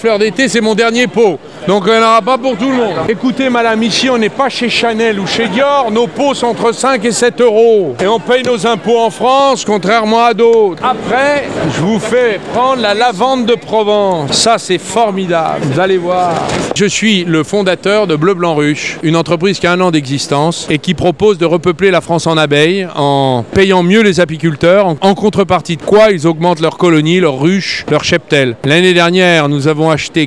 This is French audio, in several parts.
Fleur d'été, c'est mon dernier pot, donc il n'y en aura pas pour tout le monde. Écoutez madame, ici on n'est pas chez Chanel ou chez Dior, nos pots sont entre 5 et 7 euros. Et on paye nos impôts en France, contrairement à d'autres. Après, je vous fais prendre la lavande de Provence. Ça c'est formidable, vous allez voir. Je suis le fondateur de Bleu Blanc Ruche, une entreprise qui a 1 an d'existence et qui propose de repeupler la France en abeilles en payant mieux les apiculteurs, en contrepartie de quoi ils augmentent leurs colonies, leurs ruches, leurs cheptels. L'année dernière, nous avons acheté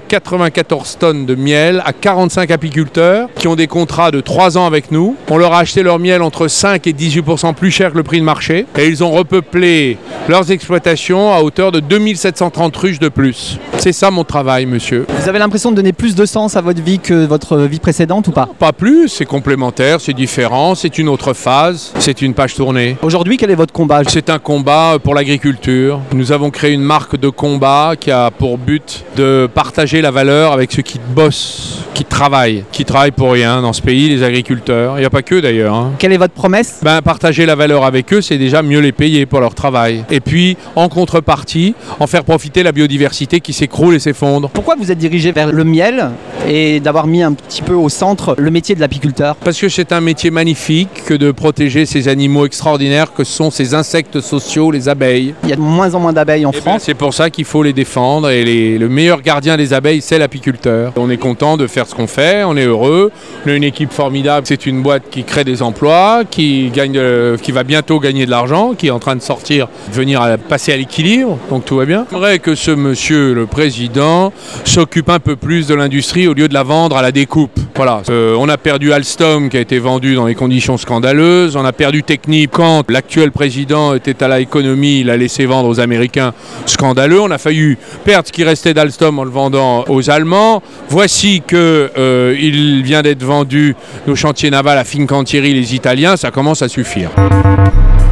94 tonnes de miel à 45 apiculteurs qui ont des contrats de 3 ans avec nous. On leur a acheté leur miel entre 5 et 18% plus cher que le prix de marché et ils ont repeuplé leurs exploitations à hauteur de 2730 ruches de plus. C'est ça mon travail, monsieur. Vous avez l'impression de donner plus de sens à votre vie que votre vie précédente ou pas? Pas plus, c'est complémentaire, c'est différent, c'est une autre phase, c'est une page tournée. Aujourd'hui, quel est votre combat? C'est un combat pour l'agriculture. Nous avons créé une marque de combat qui a pour but de partager la valeur avec ceux qui bossent, qui travaillent pour rien dans ce pays, les agriculteurs. Il n'y a pas que d'ailleurs. Hein. Quelle est votre promesse? Partager la valeur avec eux, c'est déjà mieux les payer pour leur travail. Et puis, en contrepartie, en faire profiter la biodiversité qui s'écroule et s'effondre. Pourquoi vous êtes dirigé vers le miel et d'avoir mis un petit peu au centre le métier de l'apiculteur? Parce que c'est un métier magnifique que de protéger ces animaux extraordinaires que sont ces insectes sociaux, les abeilles. Il y a de moins en moins d'abeilles en France. C'est pour ça qu'il faut les défendre et le meilleur gardien des abeilles, c'est l'apiculteur. On est content de faire ce qu'on fait, on est heureux, on a une équipe formidable, c'est une boîte qui crée des emplois, qui va bientôt gagner de l'argent, qui est en train de sortir, passer à l'équilibre, donc tout va bien. J'aimerais que ce monsieur, le président, s'occupe un peu plus de l'industrie au lieu de la vendre à la découpe. Voilà, on a perdu Alstom qui a été vendu dans des conditions scandaleuses, on a perdu Technip quand l'actuel président était à l'économie, il a laissé vendre aux Américains, scandaleux, on a failli perdre ce qui restait d'Alstom en le vendant aux Allemands. Voici qu'il vient d'être vendu nos chantiers navals à Fincantieri, les Italiens, ça commence à suffire.